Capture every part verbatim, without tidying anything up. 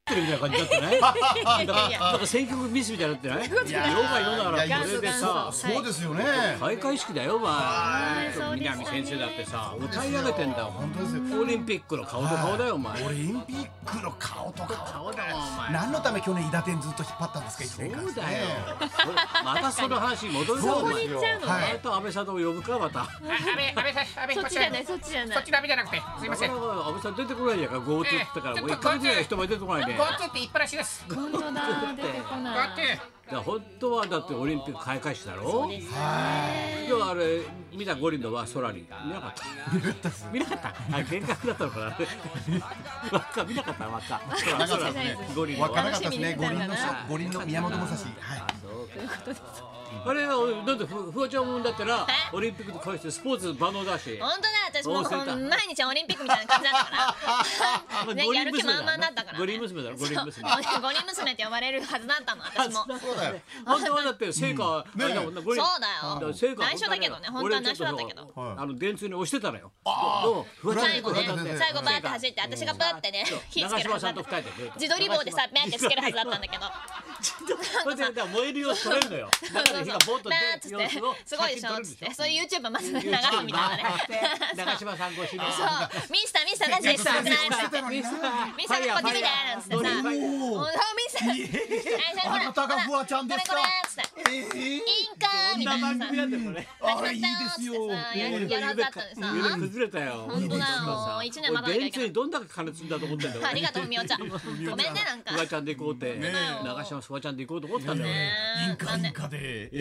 ってるみたいな感じだったね。だからなんか選曲ミスみたいになってない？いや、ヨガヨだからこれでさ、 そうですよね。 開会式だよお前。南先生だってさ、歌い上げてんだよ。 本当ですよ。 オリンピックの顔と顔だよお前。 オリンピックの顔と顔。 顔だよお前。 何のため去年伊達天ずっと引っ張ったんですか？ そうだよ。またその話に戻るぞお前。また安倍さんを呼ぶかまた。 安倍安倍さん安倍そっちじゃないそっちじゃないそっちの安倍じゃなくてすいません。 安倍さん出てこないじゃんか。ゴートゥーってからもう一ヶ月ぐらい人前出てこないね。 ゴートゥーって言いっぱなしです。 本当だ出てこない。 ゴートゥーいや本当はだってオリンピック開会式だろ。そうですね。今日あれ見た五輪のは空に見なかった。見なかった見なかった。あ幻覚だったのかな。輪っか見なかった輪っか。 なかったですね。 五輪わからなかったですね。五輪の五輪の宮本武蔵。はい。 ということです。 あれはだってフフワちゃんもだってなオリンピックと関してスポーツ万能だし。 本当だ私もう毎日オリンピックみたいな感じだったからねやる気満々だったから。 五輪娘だろ五輪娘。 五輪娘って呼ばれるはずだったの私も。 そうだよ。 本当はだって成果あれだもんな。 そうだよ。内緒だけどね本当は内緒だったけど。 あの電通に押してたのよ。 最後ね最後バーって走って私がバーってね火つけるはずだった。自撮り棒でさバーってつけるはずだったんだけど。 これで燃える様子撮れるのよ。だから火がボンと出つってすごいでしょっつってそういう YouTube まず流すみたいなね。 長嶋さん越しに。 そうミスターミスターマジですごくないミスターミスターこっち見てなんつってさ。おおミスター。 あなたがフワちゃんですか。 これこれつって。いいんかみたいなさ。 あれいいですよ。 やるはずだったんでさ。 夢崩れたよ。 本当だよ一年待たなきゃいけない。 電通にどんだけ金積んだと思ってんだよ。 ありがとうみおちゃん。ごめんねなんか。 フワちゃんで行こうって長嶋フワちゃんで行こうと思ったんだよ。 インカインカで。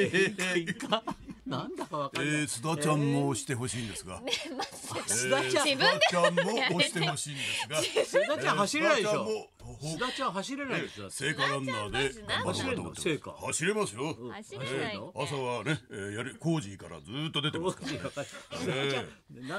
なんだかわかんない。 え須田ちゃんもしてほしいんですが。 須田ちゃん自分でちゃんも押してほしいんですが。 須田ちゃん走れないでしょ。須田ちゃん走れないでしょ。 聖火ランナーで走れるの聖火。 走れますよ。 走れない。 朝はねやりコージーからずっと出てますから。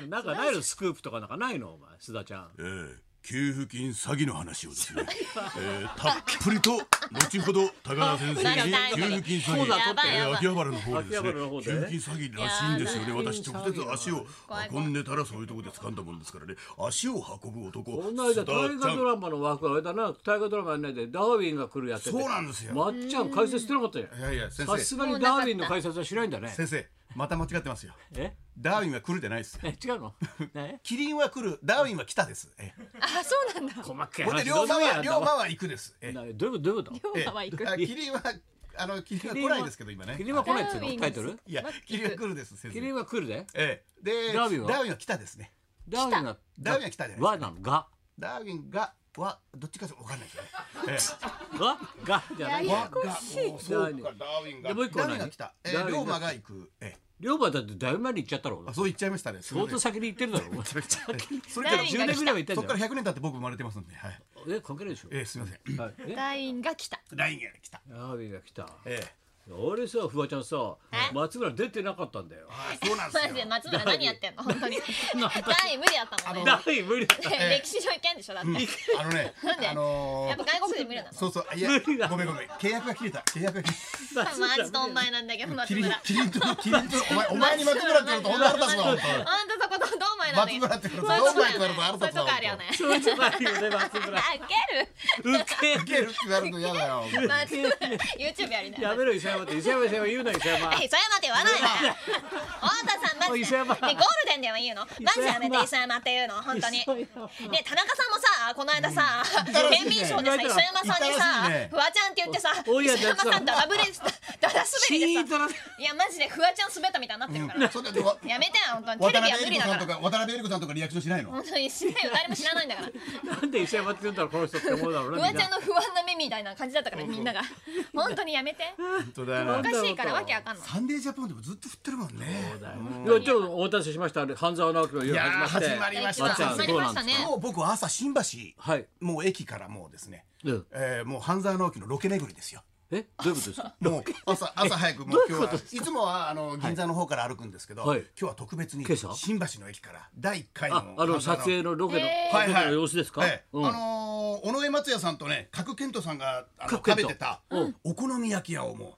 なんかないのスクープとかなんかないのお前須田ちゃん。 給付金詐欺の話をですね、えー、たっぷりと後ほど高田先生に給付金詐欺秋葉原の方でですね給付金詐欺らしいんですよね。私直接足を運んでたらそういうところで掴んだもんですからね。足を運ぶ男。 この間大河ドラマの枠があれだな。大河ドラマやんないでダーウィンが来るやってて。 そうなんですよ。 まっちゃん解説してなかったよ。 いやいや先生さすがにダーウィンの解説はしないんだね。 先生また間違ってますよ。 えダーウィンは来るじゃないです。 え違うの？ キリンは来る、ダーウィンは来たです。 あそうなんだ。 細かいほんで龍馬は龍馬は行くです。 どういうことどういうこと？ 龍馬は行く。 キリンはあのキリンは来ないですけど今ね。 キリンは来ないっていうのタイトル？ いやキリンは来るです先生。 キリンは来るで。 ええでダーウィンはダーウィンは来たですね。 ダーウィンがダーウィンは来たじゃない。 わなのが。 ダーウィンがはどっちかわかんないですね。 わがじゃない。 わがそうかダーウィンが。 でもう一個何？ ダーウィンが来た。え龍馬が行く。ええ。 龍馬だってだいぶ前に行っちゃったろ。 あそう言っちゃいましたね。 相当先に行ってるだろ。 それからじゅうねんぐらいは行ってんだよ。 そこからひゃくねん経って僕生まれてますんで。はい。 え関係ないでしょ。 えすみません。 ダーウィンが来た。 ダーウィンが来た。 ダーウィンが来た。 ええ。 俺さフワちゃんさ松村出てなかったんだよ。 そうなんですよ。 松村何やってんの本当に。ダーウィン無理だったもんね。 ダーウィン無理だった。 歴史上いけんでしょだって。 あのねあのやっぱ外国人無理なの。 そうそういやごめんごめん契約が切れた契約が切れた。 マジとお前なんだけど松村。 キリンとキリンとお前お前に松村って言われると本当腹立つわ。 あんたそことどう前なんだけど。 松村って言われるとどう前って言われると腹立つわ。 そういうとこあるよね。 そういうとこあるよね松村。 あウケる。 ウケる。 受けるって言われると嫌だよ。 松村 YouTube やりな。 やめろ伊勢山って伊勢山伊勢山言うな伊勢山。 磯山って言わないで。太田さんマジで。ねゴールデンでは言うの。マジやめて磯山っていうの本当に。ね田中さんもさこの間さ県民賞でさ磯山さんにさフワちゃんって言ってさ磯山さんダラブレスダラ滑りでさいやマジでフワちゃん滑ったみたいになってるから。やめてよ本当にテレビは無理だから。 渡辺恵理子さんとかリアクションしないの？ 本当にしないよ誰も知らないんだから。 なんで伊勢山って言うんだろうこの人って思うだろうね。 フワちゃんの不安な目みたいな感じだったからみんなが本当にやめて。 本当だよな。 おかしいからわけわかんない。 サンデージャポンでもずっと振ってるもんね。 いやちょっとお待たせしました半沢直樹の夜始まって始まりました。 始まりましたね。 もう僕は朝新橋もう駅からもうですねもう半沢直樹のロケ巡りですよ。 えどういうことですか？ もう朝朝早くもう今日はいつもはあの銀座の方から歩くんですけど今日は特別に新橋の駅からだいいっかいのあの撮影のロケの様子ですか？ あの尾上松也さんとね賀来賢人さんが食べてたお好み焼き屋をもう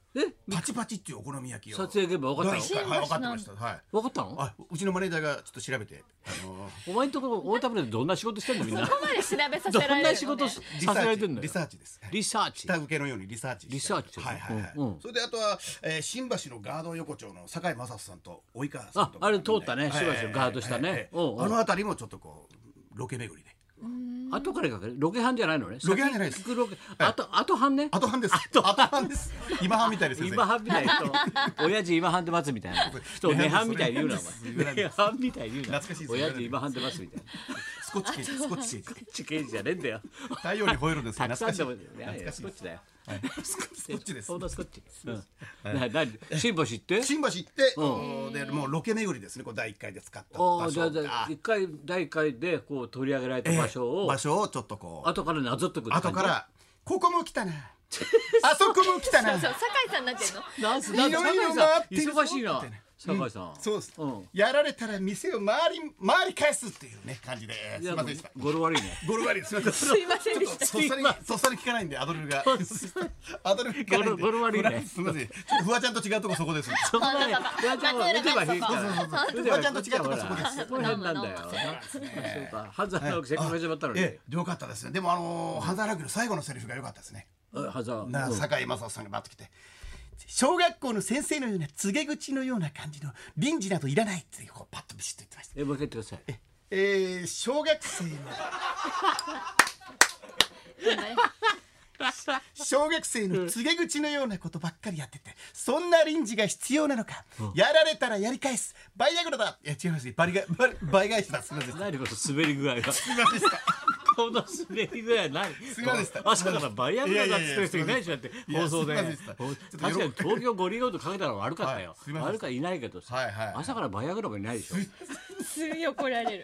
パチパチっていうお好み焼きを撮影現場分かったの？ はい、分かってました。はい。 分かったの？ あ、うちのマネージャーがちょっと調べて、あのお前んとこ大田区でどんな仕事してんのみんな。 そこまで調べさせどられるのね。 んな仕事させられてんのよ。 リサーチです。 リサーチ。 下請けのようにリサーチ。 リサーチ。 はいはいはい。 うんそれであとはえー新橋のガード横丁の堺雅人さんと及川さんとあ、あれ通ったね。新橋のガードしたね。 あの辺りもちょっとこうロケ巡りで。 後からかけるロケハンじゃないのね。 ロケハンじゃないです先ロケあと後半ね。 後半です。後半です。今半みたいです。 今半みたいな人。親父今半で待つみたいな。人根半みたいに言うなお前。根半みたいに言うな。 懐かしいです。 親父今半で待つみたいな。 スコッチ刑事、スコッチ刑事。 スコッチ刑事じゃねえんだよ。 太陽に吠えるんです。 たくさんでも、 懐いやいやスコッチだよ。 スコッチです。 ほんとスコッチ。なな新橋行って？ 新橋行って、でもうロケ巡りですね。こうだいいっかいで使った場所。 じゃあじゃあ一回だいいっかいでこう取り上げられた場所を場所をちょっとこう後からなぞってくる。 後からここも来たな。あそこも来たな。 そう、酒井さんになってんの？ なんすなんすいろいろ酒井さん回ってるぞ忙しいな。酒井さん。 そうです。 うんやられたら店を回り回り返すっていうね感じで。すみませんでした。 語呂悪いね。 ゴル悪い。すみません。 すいませんでした。 とっさにとっさに聞かないんでアドリブが。アドリブ聞かないんで。 ゴル悪いね。 すみません。ちょっとフワちゃんと違うとこそこです。 そこまで。フワちゃんは腕は平気から。 フワちゃんと違うとこそこです。 そこら辺なんだよ。そうか。半沢直樹せっかく始まったのに。 ええ、よかったですね。でもあの半沢直樹の最後のセリフが良かったですね。 半沢。 な堺雅人さんがバッと来て。小学校の先生のような告げ口のような感じの臨時などいらないってこうパッとビシッと言ってました。 え、もう一回言ってください。 え、えー、小学生の小学生の告げ口のようなことばっかりやってて、そんな臨時が必要なのか、うん、やられたらやり返すバイアグラだ。いや違います。バリがバリ倍返しだ。すみません。 何この滑り具合が。 すみませんでした。 この滑り具合何？ すみませんでした。 朝からバイアグラだっつってる人いないでしょだって放送で。 すみませんでした。 確かに東京五輪用とかけたら悪かったよ。 はい、 悪かいないけどさ、 はいはい、 朝からバイアグラもいないでしょ。 すぐ怒られる。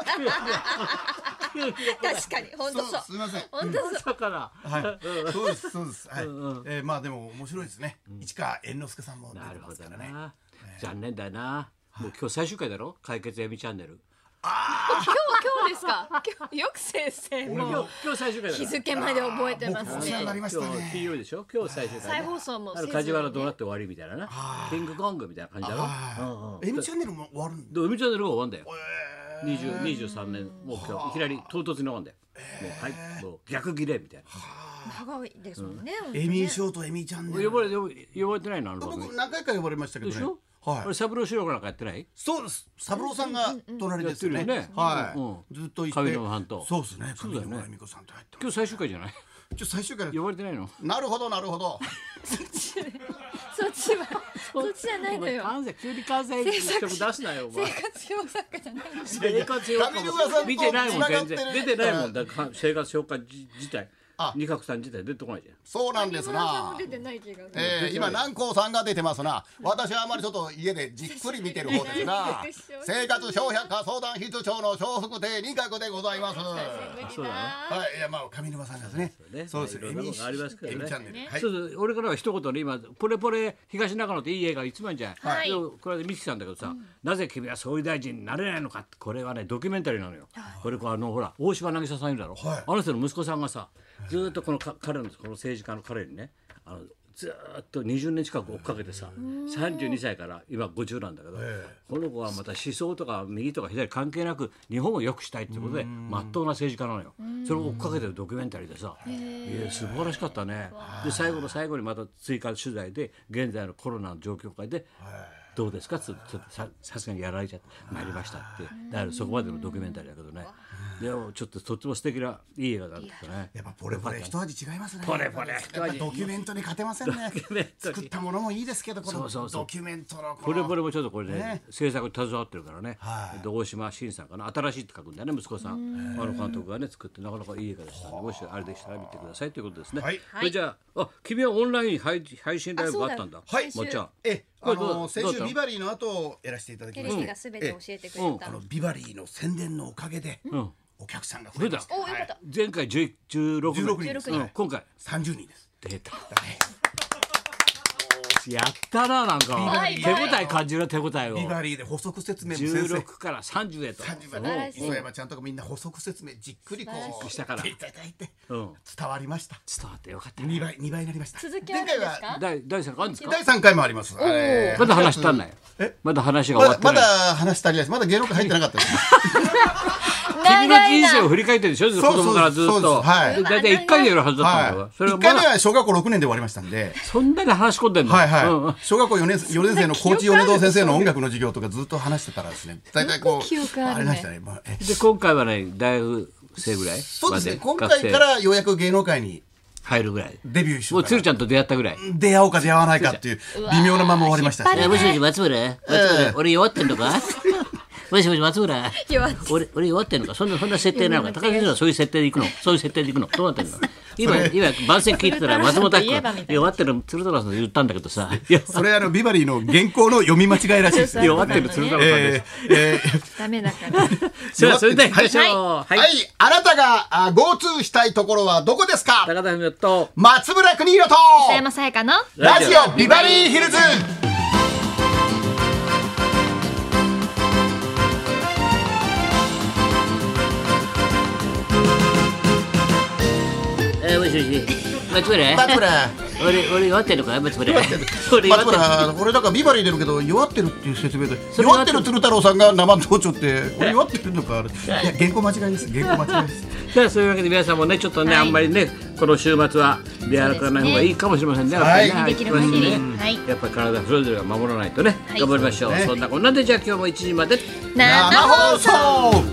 確かに本当そう。 すみません。 本当そう。 朝から。 はい。そうですそうです。はい。えまあでも面白いですね。市川猿之助さんも出てますからね。 残念だよな。もう今日最終回だろ。解決エミチャンネル。 ああ、今日今日ですか。今日よく先生も今日今日最終回だ。 日付まで覚えてますね。 今日金曜日でしょ。今日最終回。 再放送も。 あの梶原どうなって終わりみたいなな。キングコングみたいな感じだろ。 エミチャンネルも終わるんだ。エミチャンネルが終わるんだよ。二十二十三年もう今日いきなり唐突に終わるんだよ。もうはいもう逆切れみたいな。 長いですもんね。 エミーショーとエミーチャンネル。 呼ばれ呼ばれてないのあの番組。 僕何回か呼ばれましたけどね。 はい。これ三郎四郎なんかやってない？ そうです。三郎さんが隣ですよね。はい。ずっといて。 上沼藩と。 そうですね。 そうだよね。今日最終回じゃない？ 今日最終回。 呼ばれてないの？ なるほどなるほど。 そっちそっちはそっちじゃないのよ。 関西急に関西曲出すなよ。 生活評作家じゃないの。 生活評価も見てないもん全然出てないもんだ生活評価自体。二角さん自体出てこないじゃん。 そうなんですな。えー、今南光さんが出てますな。私はあまりちょっと家でじっくり見てる方ですな。生活小百科相談室長の笑福亭二角でございます。 そうだね。 はい、いやまあ上沼さんですね。そうです。 いろんなことがありますけどね。 チャンネル。 そうそう、俺からは一言で今ポレポレ東中野っていい映画いつもあるじゃん。 はい。 これでミキさんだけどさ、なぜ君は総理大臣になれないのか。これはねドキュメンタリーなのよ。これあのほら大島渚さんいるだろ。あの人の息子さんがさ。ずっとこのか彼のこの政治家の彼にねあのずっとにじゅうねん近く追っかけてささんじゅうにさいから今ごじゅうなんだけど、この子はまた思想とか右とか左関係なく日本を良くしたいっていうことでまっとうな政治家なのよ。それを追っかけてるドキュメンタリーでさいや素晴らしかったね。で最後の最後にまた追加取材で現在のコロナの状況下でどうですかってちょっとささすがにやられちゃって参りましたってだからそこまでのドキュメンタリーだけどね。でもちょっととっても素敵ないい映画だったね。 やっぱポレポレ一味違いますね。 ポレポレ一味ドキュメントに勝てませんね。作ったものもいいですけどこのドキュメントのポレポレもちょっとこれね制作に携わってるからね。大島慎さんかな新しいって書くんだよね息子さん。あの監督がね作ってなかなかいい映画でしたね。もしあれでしたら見てくださいということですね。それじゃあ君はオンライン配信ライブがあったんだ。 はいまっちゃん。 えあの先週ビバリーの後やらせていただきました。 テレビがすべて教えてくれた。 あのビバリーの宣伝のおかげで。お客さんが増えました。 お、よかった。 前回じゅうろくにん、 人です。 今回さんじゅうにんです。 出た。 やったな、なんか手応え感じる、手応えを。 ビバリーで補足説明もじゅうろくからさんじゅうへと磯山ちゃんとかみんな補足説明じっくりこうしたからいただいて伝わりました。 伝わってよかった。 にばいにばいになりました。 続きはですか？ だいだいさんかいあるんですか？ だいさんかいもあります。 まだ話したんない。まだ話が終わってない。 まだ話足りないです。まだ芸能界入ってなかったです。 君の人生を振り返ってるでしょ、子供からずっと。だいたいいっかいでやるはずだったんだよ。 いっかいめは小学校ろくねんで終わりましたんで。 そんなに話し込んでんの？ はいはい。小学校よねん生の高知米堂先生の音楽の授業とかずっと話してたらですね、大体こうありましたね。 で今回はね、大学生ぐらい？ そうですね。今回からようやく芸能界に入るぐらい。 デビューしよう。もう鶴ちゃんと出会ったぐらい。 出会おうか出会わないかっていう微妙なまま終わりました。 もしもし松村、松村、俺弱ってんのか？もしもし松村、俺俺弱ってんのか？そんなそんな設定なのか？高木さんはそういう設定でいくの？そういう設定でいくの？どうなってんの？今今番宣聞いてたら松本明子弱ってる鶴太郎さん言ったんだけどさ。 それあのビバリーの原稿の読み間違いらしいです。 弱ってる鶴太郎さんです。 ダメだから。 じゃあそれではいはい。 あなたが ゴーツー したいところはどこですか？ 高田文夫と松村邦洋と磯山さやかのラジオビバリーヒルズ。 もしもし松村、 松村、 俺俺弱ってるのか？松村、 俺松村、俺だからビバリー出るけど弱ってるっていう説明で、弱ってる鶴太郎さんが生登場って俺弱ってるのか？いや原稿間違いです。原稿間違いです。 じゃあそういうわけで皆さんもねちょっとね、あんまりねこの週末は出歩かない方がいいかもしれませんね。はい。 できる限りやっぱり体それぞれが守らないとね。頑張りましょう。そんなこんなでじゃあ今日もいちじまで生放送。